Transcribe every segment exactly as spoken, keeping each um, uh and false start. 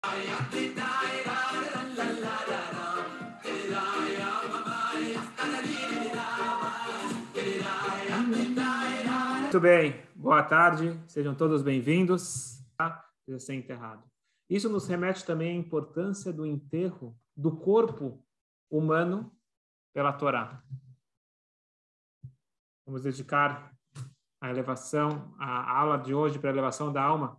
Muito bem, boa tarde, sejam todos bem-vindos a Ser Enterrado. Isso nos remete também à importância do enterro do corpo humano pela Torá. Vamos dedicar a elevação, a aula de hoje para a elevação da alma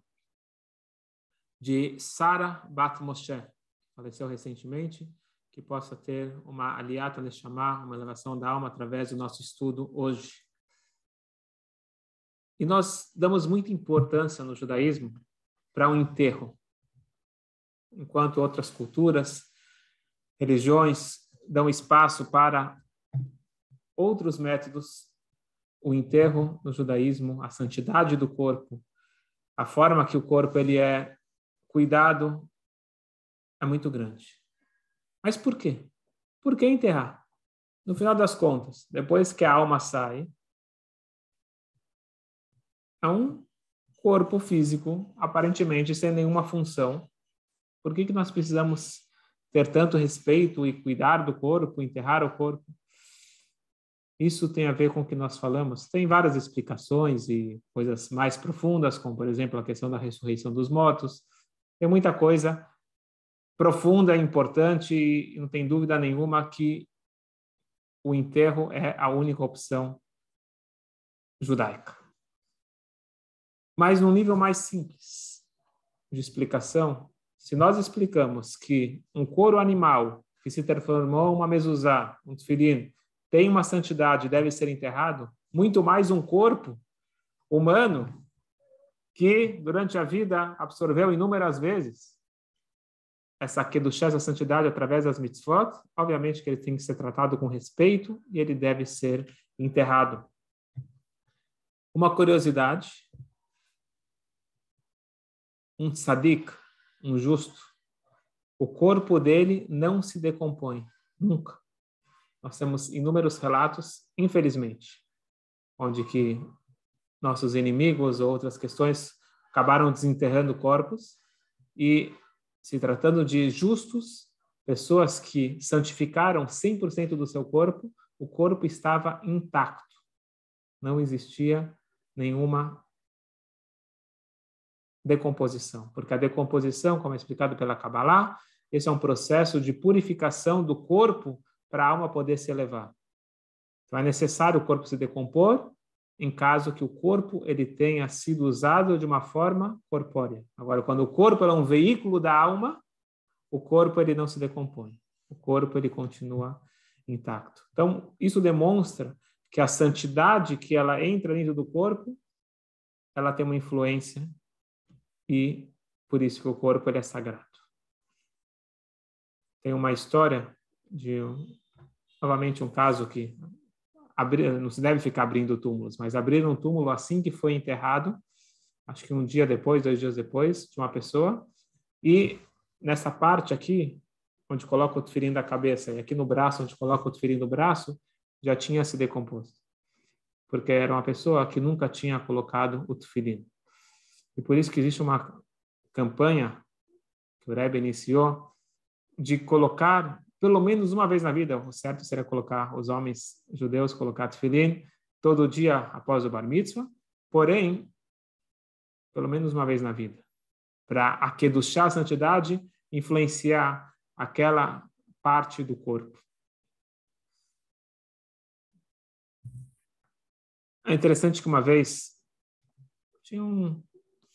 de Sarah Bat Moshe, faleceu recentemente, que possa ter uma aliata neshama, uma elevação da alma através do nosso estudo hoje. E nós damos muita importância no judaísmo para o enterro, enquanto outras culturas, religiões dão espaço para outros métodos. O enterro no judaísmo, a santidade do corpo, a forma que o corpo ele é cuidado é muito grande. Mas por quê? Por que enterrar? No final das contas, depois que a alma sai, é um corpo físico, aparentemente sem nenhuma função. Por que que nós precisamos ter tanto respeito e cuidar do corpo, enterrar o corpo? Isso tem a ver com o que nós falamos. Tem várias explicações e coisas mais profundas, como, por exemplo, a questão da ressurreição dos mortos. Tem muita coisa profunda, importante, e não tem dúvida nenhuma que o enterro é a única opção judaica. Mas num nível mais simples de explicação, se nós explicamos que um couro animal que se transformou em uma mezuzá, um tefilim, tem uma santidade e deve ser enterrado, muito mais um corpo humano que durante a vida absorveu inúmeras vezes essa kedushá, essa santidade através das mitzvot, obviamente que ele tem que ser tratado com respeito e ele deve ser enterrado. Uma curiosidade, um tzadik, um justo, o corpo dele não se decompõe, nunca. Nós temos inúmeros relatos, infelizmente, onde que nossos inimigos ou outras questões acabaram desenterrando corpos e, se tratando de justos, pessoas que santificaram cem por cento do seu corpo, o corpo estava intacto. Não existia nenhuma decomposição, porque a decomposição, como é explicado pela Kabbalah, esse é um processo de purificação do corpo para a alma poder se elevar. Então é necessário o corpo se decompor em caso que o corpo ele tenha sido usado de uma forma corpórea. Agora, quando o corpo é um veículo da alma, o corpo ele não se decompõe. O corpo ele continua intacto. Então, isso demonstra que a santidade que ela entra dentro do corpo, ela tem uma influência e por isso que o corpo ele é sagrado. Tem uma história de, novamente, um caso que abri, não se deve ficar abrindo túmulos, mas abriram um túmulo assim que foi enterrado, acho que um dia depois, dois dias depois, de uma pessoa, e nessa parte aqui, onde coloca o tefilim da cabeça, e aqui no braço, onde coloca o tefilim do braço, já tinha se decomposto, porque era uma pessoa que nunca tinha colocado o tefilim. E por isso que existe uma campanha que o Rebbe iniciou de colocar, pelo menos uma vez na vida, o certo seria colocar os homens judeus, colocar tefilim todo dia após o bar mitzvah, porém, pelo menos uma vez na vida, para a kedushá, a santidade, influenciar aquela parte do corpo. É interessante que uma vez tinha um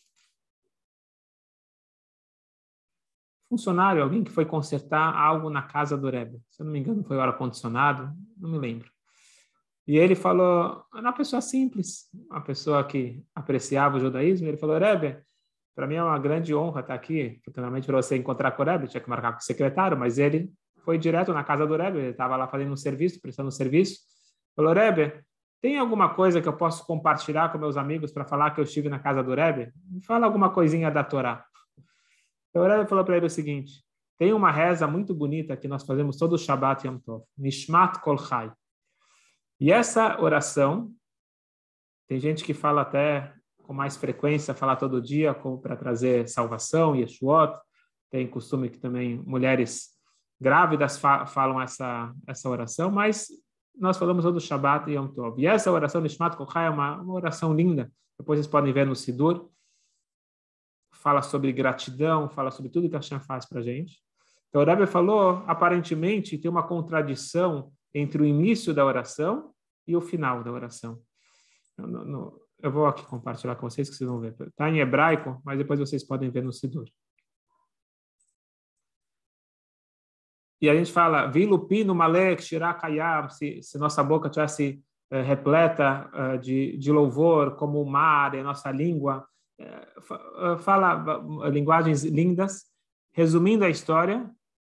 funcionário, alguém que foi consertar algo na casa do Rebbe. Se eu não me engano, foi o ar-condicionado, não me lembro. E ele falou, era uma pessoa simples, uma pessoa que apreciava o judaísmo, ele falou, Rebbe, para mim é uma grande honra estar aqui, porque normalmente para você encontrar com o Rebbe, tinha que marcar com o secretário, mas ele foi direto na casa do Rebbe, ele estava lá fazendo um serviço, prestando um serviço, falou, Rebbe, tem alguma coisa que eu posso compartilhar com meus amigos para falar que eu estive na casa do Rebbe? Me fala alguma coisinha da Torá. Então, o Rebbe falou para ele o seguinte, tem uma reza muito bonita que nós fazemos todo o Shabbat Yom Tov, Nishmat Kol Chai. E essa oração, tem gente que fala até com mais frequência, fala todo dia para trazer salvação, Yeshuot, tem costume que também mulheres grávidas fa falam essa, essa oração, mas nós falamos do Shabbat e Yom Tov. E essa oração, Nishmat Kochai, é uma, uma oração linda. Depois vocês podem ver no Sidur. Fala sobre gratidão, fala sobre tudo que a Hashem faz para a gente. Então, o Rebbe falou, aparentemente, tem uma contradição entre o início da oração e o final da oração. Eu, não, eu vou aqui compartilhar com vocês, que vocês vão ver. Está em hebraico, mas depois vocês podem ver no Sidur. E a gente fala, Vilupino Malek Shirakayam, se, se nossa boca tivesse eh, repleta eh, de, de louvor, como o mar, e a nossa língua, eh, fala uh, linguagens lindas. Resumindo a história,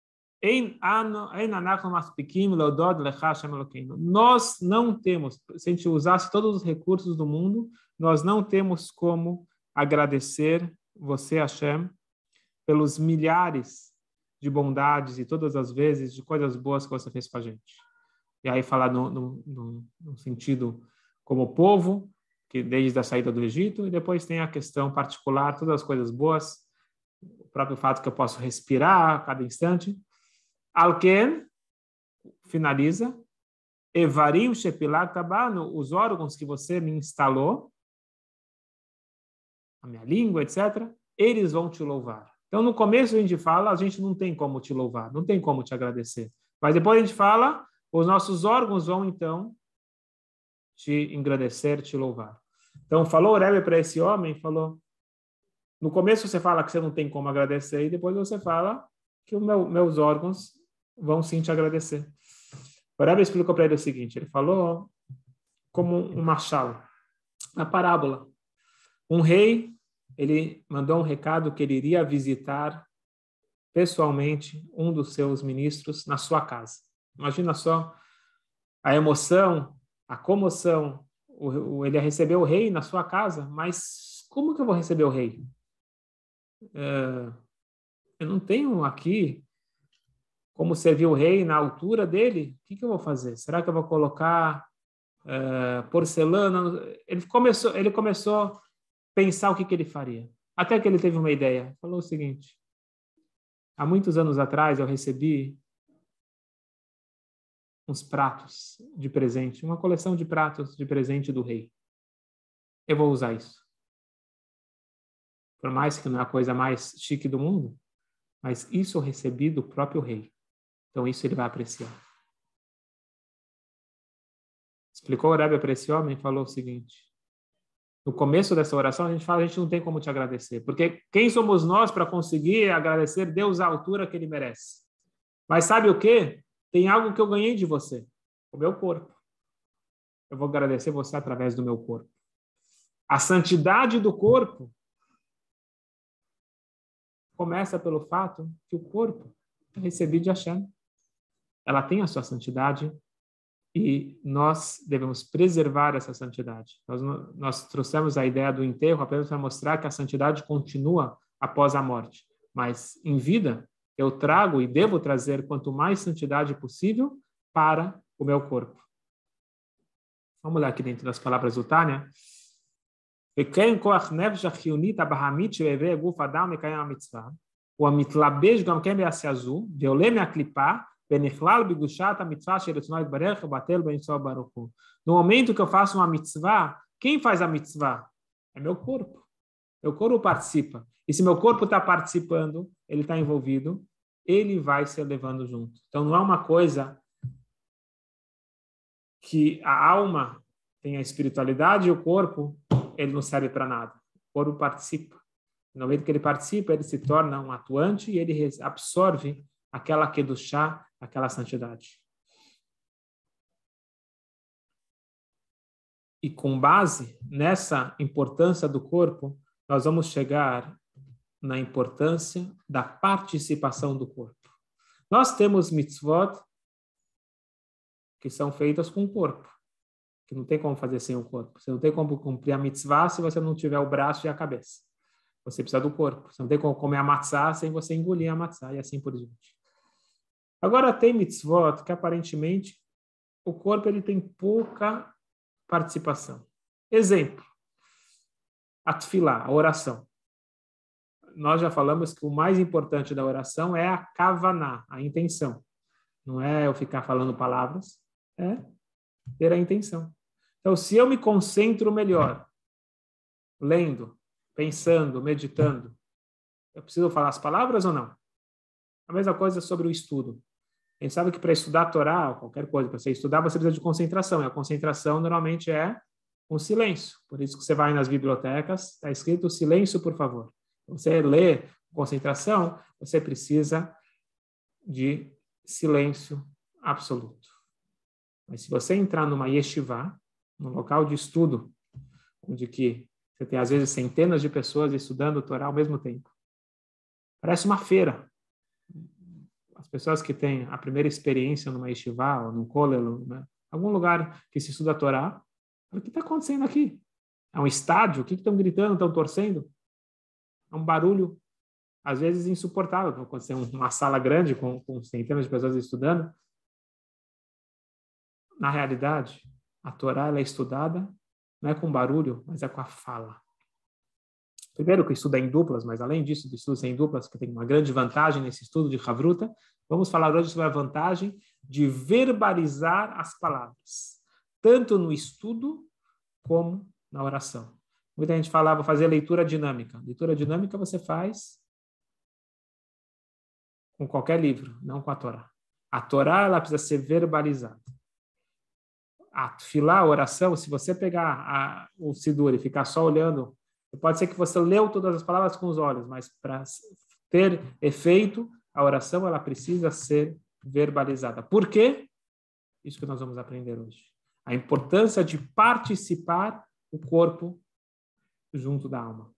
nós não temos, se a gente usasse todos os recursos do mundo, nós não temos como agradecer você, Hashem, pelos milhares de bondades e todas as vezes de coisas boas que você fez com a gente. E aí falar no, no, no, no sentido como povo, que desde a saída do Egito, e depois tem a questão particular, todas as coisas boas, o próprio fato que eu posso respirar a cada instante. Alken, finaliza, Evarim Shepilat Tabano, os órgãos que você me instalou, a minha língua, etcétera, eles vão te louvar. Então, no começo a gente fala, a gente não tem como te louvar, não tem como te agradecer. Mas depois a gente fala, os nossos órgãos vão, então, te engrandecer, te louvar. Então, falou o Rebbe para esse homem, falou, no começo você fala que você não tem como agradecer, e depois você fala que os meu, meus órgãos vão sim te agradecer. O Rebbe explicou para ele o seguinte, ele falou como um machado, uma parábola. Um rei, ele mandou um recado que ele iria visitar pessoalmente um dos seus ministros na sua casa. Imagina só a emoção, a comoção. O, o, ele ia receber o rei na sua casa, mas como que eu vou receber o rei? Uh, eu não tenho aqui como servir o rei na altura dele. O que, que eu vou fazer? Será que eu vou colocar uh, porcelana? Ele começou, ele começou a pensar o que, que ele faria. Até que ele teve uma ideia. Falou o seguinte, há muitos anos atrás eu recebi uns pratos de presente, uma coleção de pratos de presente do rei. Eu vou usar isso. Por mais que não é a coisa mais chique do mundo, mas isso eu recebi do próprio rei. Então isso ele vai apreciar. Explicou o Rebbe para esse homem e falou o seguinte, no começo dessa oração a gente fala, a gente não tem como te agradecer, porque quem somos nós para conseguir agradecer Deus à altura que ele merece? Mas sabe o quê? Tem algo que eu ganhei de você, o meu corpo. Eu vou agradecer você através do meu corpo. A santidade do corpo começa pelo fato que o corpo é recebido de Hashem. Ela tem a sua santidade e nós devemos preservar essa santidade. Nós, nós trouxemos a ideia do enterro apenas para mostrar que a santidade continua após a morte. Mas em vida, eu trago e devo trazer quanto mais santidade possível para o meu corpo. Vamos olhar aqui dentro das palavras do Tânia. O המתלבש גם כן בעשייה זו, ועולה מהקליפה, ונכלל בקדושת המצווה שרצונו יתברך ובטל באמצעו ברוך הוא. No momento que eu faço uma mitzvah, quem faz a mitzvah? É meu corpo. Meu corpo participa. E se meu corpo está participando, ele está envolvido, ele vai se levando junto. Então não é uma coisa que a alma tem a espiritualidade e o corpo, ele não serve para nada. O corpo participa. No momento que ele participa, ele se torna um atuante e ele absorve aquela kedushá, aquela santidade. E com base nessa importância do corpo, nós vamos chegar na importância da participação do corpo. Nós temos mitzvot que são feitas com o corpo, que não tem como fazer sem o corpo. Você não tem como cumprir a mitzvah se você não tiver o braço e a cabeça. Você precisa do corpo. Você não tem como comer a matzá sem você engolir a matzá e assim por diante. Agora tem mitzvot que aparentemente o corpo ele tem pouca participação. Exemplo, a tefilá, a oração. nós já falamos que o mais importante da oração é a kavaná, a intenção. Não é eu ficar falando palavras, é ter a intenção. Então, se eu me concentro melhor, lendo, pensando, meditando, eu preciso falar as palavras ou não? A mesma coisa sobre o estudo. A gente sabe que para estudar a Torá, ou qualquer coisa, para você estudar, você precisa de concentração. E a concentração normalmente é um silêncio. Por isso que você vai nas bibliotecas, está escrito silêncio, por favor. Você lê concentração, você precisa de silêncio absoluto. Mas se você entrar numa yeshiva, num local de estudo, onde que você tem às vezes centenas de pessoas estudando o Torá ao mesmo tempo, parece uma feira. As pessoas que têm a primeira experiência numa yeshiva, ou num kollel, né? Algum lugar que se estuda a Torá, o que está acontecendo aqui? É um estádio? O que estão gritando, estão torcendo? É um barulho, às vezes, insuportável. Quando você tem uma sala grande com, com centenas de pessoas estudando. Na realidade, a Torá ela é estudada não é com barulho, mas é com a fala. Primeiro que estuda em duplas, mas além disso, do estudo em duplas, que tem uma grande vantagem nesse estudo de Havruta, vamos falar hoje sobre a vantagem de verbalizar as palavras, tanto no estudo como na oração. Muita gente fala, vou fazer leitura dinâmica. Leitura dinâmica você faz com qualquer livro, não com a Torá. A Torá ela precisa ser verbalizada. A tefilá, a oração, se você pegar a, o Sidur e ficar só olhando, pode ser que você leu todas as palavras com os olhos, mas para ter efeito, a oração ela precisa ser verbalizada. Por quê? Isso que nós vamos aprender hoje. A importância de participar o corpo junto da alma.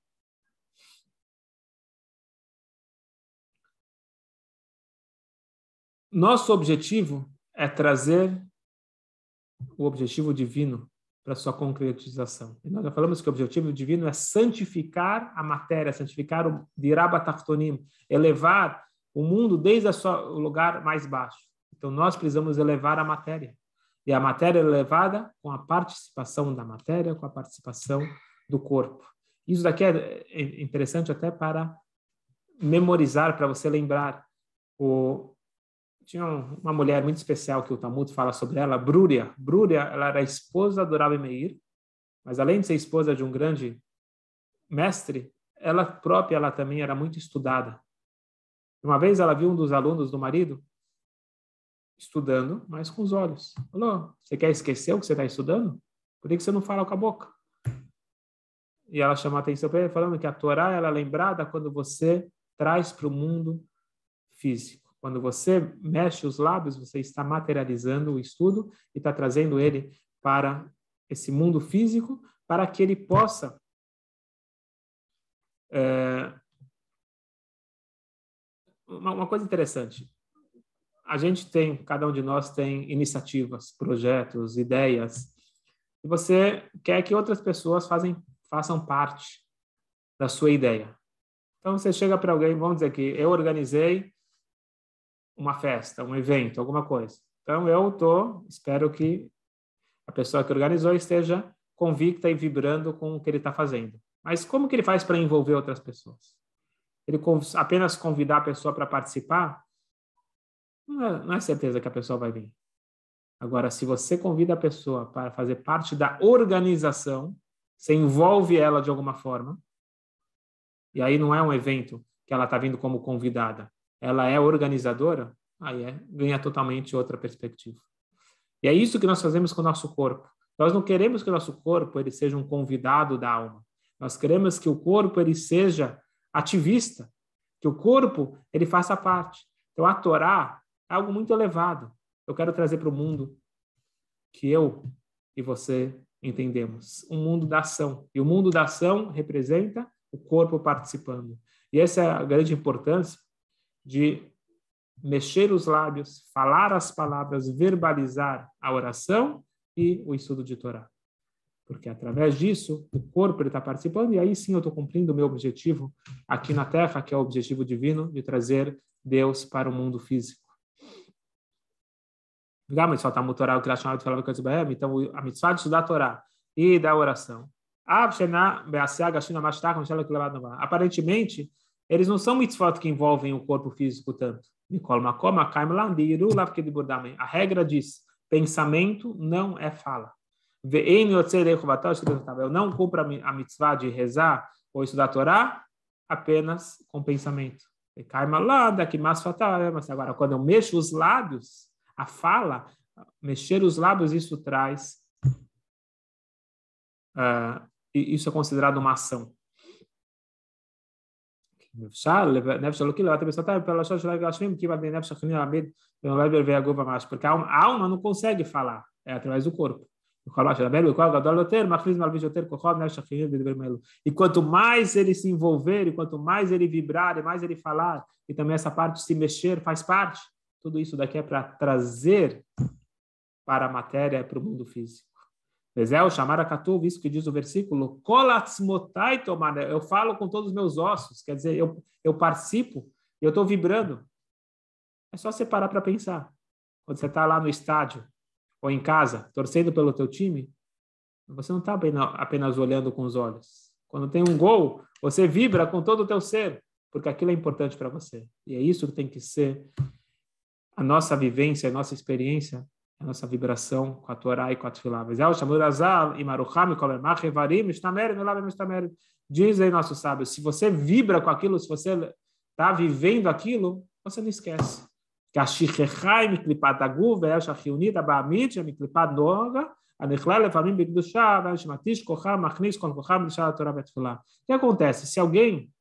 Nosso objetivo é trazer o objetivo divino para sua concretização. E nós já falamos que o objetivo divino é santificar a matéria, santificar o diraba taftonim, elevar o mundo desde a sua, o lugar mais baixo. Então nós precisamos elevar a matéria. E a matéria é elevada com a participação da matéria, com a participação do corpo. Isso daqui é interessante até para memorizar, para você lembrar. O Tinha uma mulher muito especial que o Talmud fala sobre ela, Brúria. Brúria, ela era esposa do Rabi Meir, mas além de ser esposa de um grande mestre, ela própria ela também era muito estudada. Uma vez ela viu um dos alunos do marido estudando, mas com os olhos. Falou, você quer esquecer o que você está estudando? Por que você não fala com a boca? E ela chamou a atenção para ele, falando que a Torá ela é lembrada quando você traz para o mundo físico. Quando você mexe os lábios, você está materializando o estudo e está trazendo ele para esse mundo físico, para que ele possa é, uma, uma coisa interessante. A gente tem, cada um de nós tem iniciativas, projetos, ideias, e você quer que outras pessoas fazem, façam parte da sua ideia. Então você chega para alguém, vamos dizer que eu organizei uma festa, um evento, alguma coisa. Então, eu tô, espero que a pessoa que organizou esteja convicta e vibrando com o que ele está fazendo. Mas como que ele faz para envolver outras pessoas? Ele apenas convidar a pessoa para participar? Não é, não é certeza que a pessoa vai vir. Agora, se você convida a pessoa para fazer parte da organização, você envolve ela de alguma forma, e aí não é um evento que ela está vindo como convidada, ela é organizadora, aí é, ganha totalmente outra perspectiva. E é isso que nós fazemos com o nosso corpo. Nós não queremos que o nosso corpo ele seja um convidado da alma. Nós queremos que o corpo ele seja ativista, que o corpo ele faça parte. Então a Torá é algo muito elevado. Eu quero trazer para o mundo que eu e você entendemos. Um mundo da ação. E o mundo da ação representa o corpo participando. E essa é a grande importância de mexer os lábios, falar as palavras, verbalizar a oração e o estudo de Torá. Porque através disso, o corpo está participando e aí sim eu estou cumprindo o meu objetivo aqui na Terra, que é o objetivo divino de trazer Deus para o mundo físico. Então, a mitzvah de estudar a Torá e da oração. Aparentemente, eles não são mitzvot que envolvem o corpo físico tanto. A regra diz, pensamento não é fala. Eu não cumpro a mitzvah de rezar ou estudar a Torá apenas com pensamento. Mas agora, quando eu mexo os lábios, a fala, mexer os lábios, isso traz, uh, isso é considerado uma ação. Porque a alma não consegue falar, é através do corpo. E quanto mais ele se envolver, e quanto mais ele vibrar, e mais ele falar, e também essa parte de se mexer faz parte, tudo isso daqui é para trazer para a matéria, para o mundo físico. Isso que diz o versículo, eu falo com todos os meus ossos, quer dizer, eu, eu participo, eu estou vibrando. É só você parar para pensar. Quando você está lá no estádio, ou em casa, torcendo pelo teu time, você não está apenas olhando com os olhos. Quando tem um gol, você vibra com todo o teu ser, porque aquilo é importante para você. E é isso que tem que ser a nossa vivência, a nossa experiência, a nossa vibração com a Torá e com a Tefilá. Dizem nossos sábios, se você vibra com aquilo, se você está vivendo aquilo, você não esquece. O que acontece? Se alguém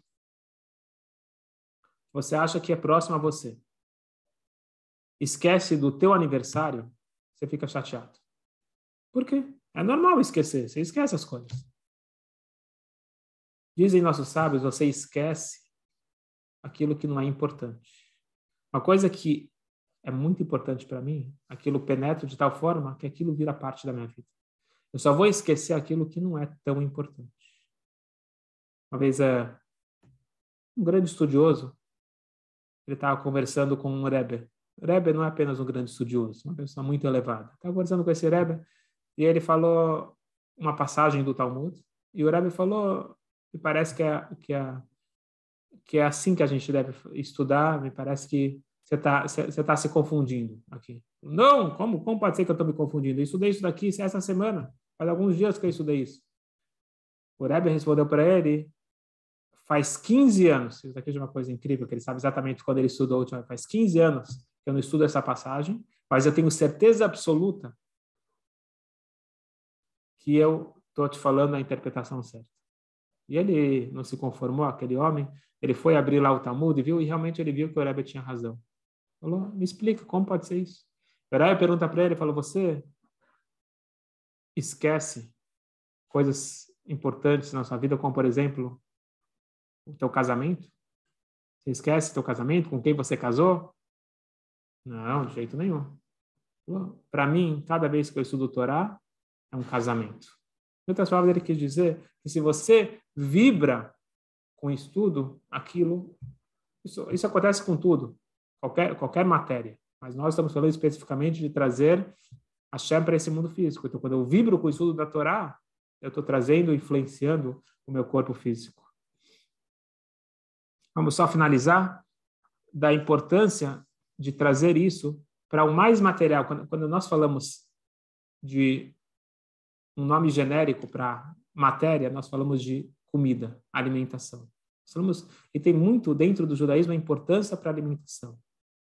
você acha que é próximo a você, esquece do teu aniversário, você fica chateado. Por quê? É normal esquecer, você esquece as coisas. Dizem nossos sábios, você esquece aquilo que não é importante. Uma coisa que é muito importante para mim, aquilo penetra de tal forma que aquilo vira parte da minha vida. Eu só vou esquecer aquilo que não é tão importante. Uma vez, é, um grande estudioso, ele estava conversando com um Rebbe. O Rebbe não é apenas um grande estudioso, uma pessoa muito elevada. Estava conversando com esse Rebbe e ele falou uma passagem do Talmud e o Rebbe falou, me parece que é, que é, que é assim que a gente deve estudar, me parece que você está você tá se confundindo aqui. Não, como, como pode ser que eu estou me confundindo? Eu estudei isso daqui essa semana, faz alguns dias que eu estudei isso. O Rebbe respondeu para ele, faz quinze anos, isso daqui é uma coisa incrível, que ele sabe exatamente quando ele estudou a última vez, faz quinze anos que eu não estudo essa passagem, mas eu tenho certeza absoluta que eu estou te falando a interpretação certa. E ele não se conformou, aquele homem, ele foi abrir lá o Talmud e viu, e realmente ele viu que o Rebbe tinha razão. Falou, me explica, como pode ser isso? O Rebbe pergunta para ele, falou, você esquece coisas importantes na sua vida, como, por exemplo, o teu casamento? Você esquece o teu casamento? Com quem você casou? Não, de jeito nenhum. Para mim, cada vez que eu estudo o Torá, é um casamento. Em outras palavras, ele quis dizer que se você vibra com o estudo, aquilo, isso, isso acontece com tudo, qualquer, qualquer matéria. Mas nós estamos falando especificamente de trazer a Hashem para esse mundo físico. Então, quando eu vibro com o estudo da Torá, eu estou trazendo, influenciando o meu corpo físico. Vamos só finalizar da importância de trazer isso para o mais material. Quando, quando nós falamos de um nome genérico para matéria, nós falamos de comida, alimentação. Nós falamos, e tem muito dentro do judaísmo a importância para a alimentação.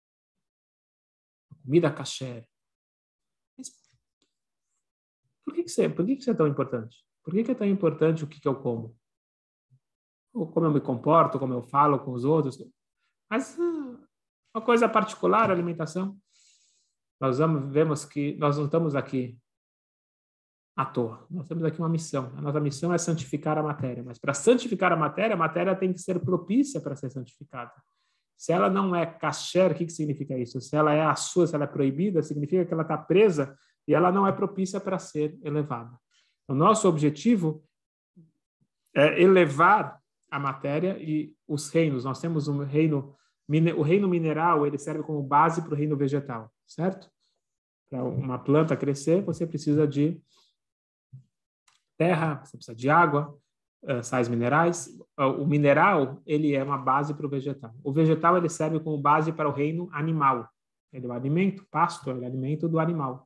Comida kasher. Mas por que, que, você, por que, que isso é tão importante? Por que, que é tão importante o que, que eu como? Ou como eu me comporto, como eu falo com os outros? Mas uma coisa particular, a alimentação. Nós vamos, vemos que nós não estamos aqui à toa. Nós temos aqui uma missão. A nossa missão é santificar a matéria. Mas para santificar a matéria, a matéria tem que ser propícia para ser santificada. Se ela não é kasher, o que, que significa isso? Se ela é a sua, se ela é proibida, significa que ela está presa e ela não é propícia para ser elevada. O nosso objetivo é elevar a matéria e os reinos. Nós temos um reino, o reino mineral, ele serve como base para o reino vegetal, certo? Para uma planta crescer, você precisa de terra, você precisa de água, uh, sais minerais. Uh, o mineral, ele é uma base para o vegetal. O vegetal, ele serve como base para o reino animal. Ele é o alimento, pasto, é o alimento do animal.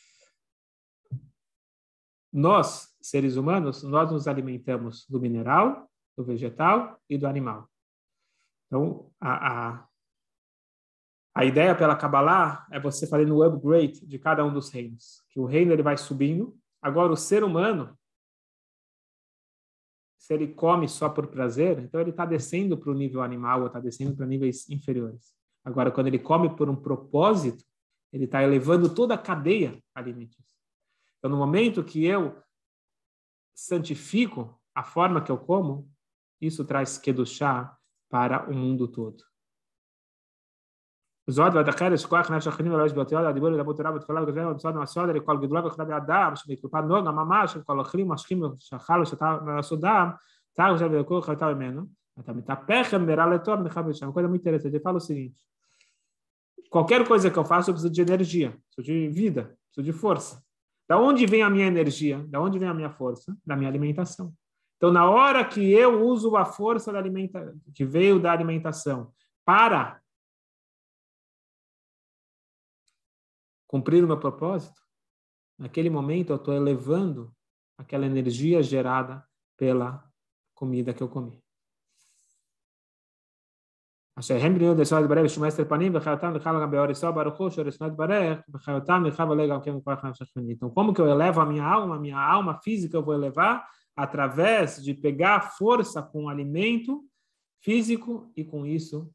Nós, seres humanos, nós nos alimentamos do mineral, do vegetal e do animal. Então, a, a, a ideia pela Kabbalah é você fazer o upgrade de cada um dos reinos. Que o reino ele vai subindo. Agora, o ser humano, se ele come só por prazer, então ele está descendo para o nível animal ou está descendo para níveis inferiores. Agora, quando ele come por um propósito, ele está elevando toda a cadeia alimentícia. Então, no momento que eu santifico a forma que eu como, isso traz kedushá para o mundo todo. Uma coisa muito interessante, ele fala o seguinte: qualquer coisa que eu faço, eu preciso de energia, preciso de vida, preciso de força. Da onde vem a minha energia? Da onde vem a minha força? Da minha alimentação. Então, na hora que eu uso a força da alimenta... que veio da alimentação para cumprir o meu propósito, naquele momento eu estou elevando aquela energia gerada pela comida que eu comi. אשר הם בריאות לסוד ברך ושומע עשר פנים וחייתם לך גם באוריסו ברוך שרסנות ברך וחייתם לך ולא גם כן כל חיים שכני. Então, como que eu elevo a minha alma? A minha alma física eu vou elevar através de pegar força com o alimento físico e com isso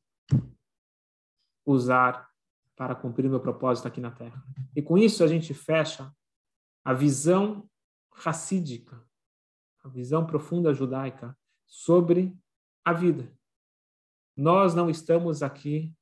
usar para cumprir o meu propósito aqui na Terra. E com isso a gente fecha a visão racídica, a visão profunda judaica sobre a vida. Nós não estamos aqui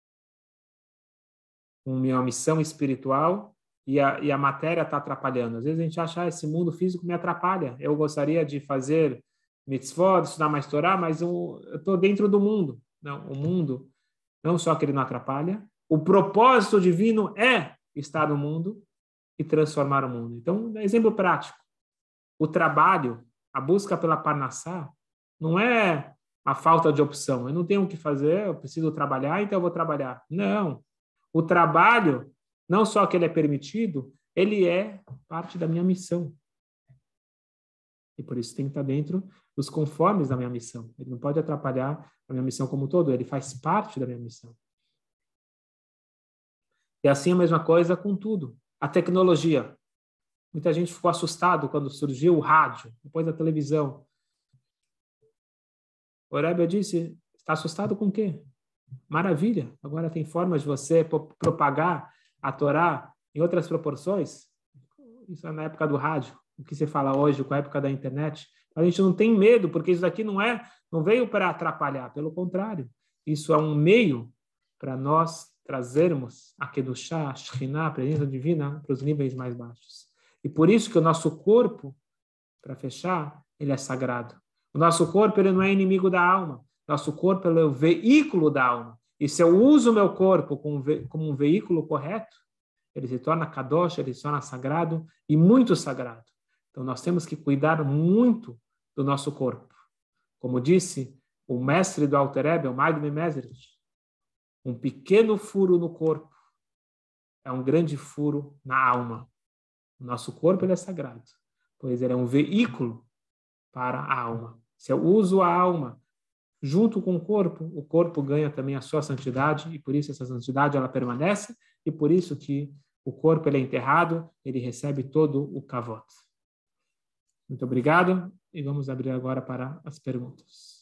com uma missão espiritual e a, e a matéria está atrapalhando. Às vezes a gente acha, ah, esse mundo físico me atrapalha. Eu gostaria de fazer mitzvot, estudar mais Torá, mas eu estou dentro do mundo. Não, o mundo, não só que ele não atrapalha, o propósito divino é estar no mundo e transformar o mundo. Então, exemplo prático. O trabalho, a busca pela parnassá, não é a falta de opção. Eu não tenho o que fazer, eu preciso trabalhar, então eu vou trabalhar. Não. O trabalho, não só que ele é permitido, ele é parte da minha missão. E por isso tem que estar dentro dos conformes da minha missão. Ele não pode atrapalhar a minha missão como um todo, ele faz parte da minha missão. E assim a mesma coisa com tudo. A tecnologia. Muita gente ficou assustado quando surgiu o rádio, depois a televisão. O Rebbe disse, está assustado com o quê? Maravilha, agora tem formas de você propagar a Torá em outras proporções. Isso é na época do rádio, o que se fala hoje com a época da internet. A gente não tem medo, porque isso daqui não é, não veio para atrapalhar, pelo contrário. Isso é um meio para nós trazermos a Kedushá, a Shekhinah, a presença divina, para os níveis mais baixos. E por isso que o nosso corpo, para fechar, ele é sagrado. O nosso corpo ele não é inimigo da alma. Nosso corpo ele é o veículo da alma. E se eu uso o meu corpo como, como um veículo correto, ele se torna kadosh, ele se torna sagrado e muito sagrado. Então nós temos que cuidar muito do nosso corpo. Como disse o mestre do Alter Rebbe, o Magni Mesrich, um pequeno furo no corpo é um grande furo na alma. O nosso corpo ele é sagrado, pois ele é um veículo para a alma. Se eu uso a alma junto com o corpo, o corpo ganha também a sua santidade e por isso essa santidade ela permanece e por isso que o corpo ele é enterrado, ele recebe todo o kavod. Muito obrigado e vamos abrir agora para as perguntas.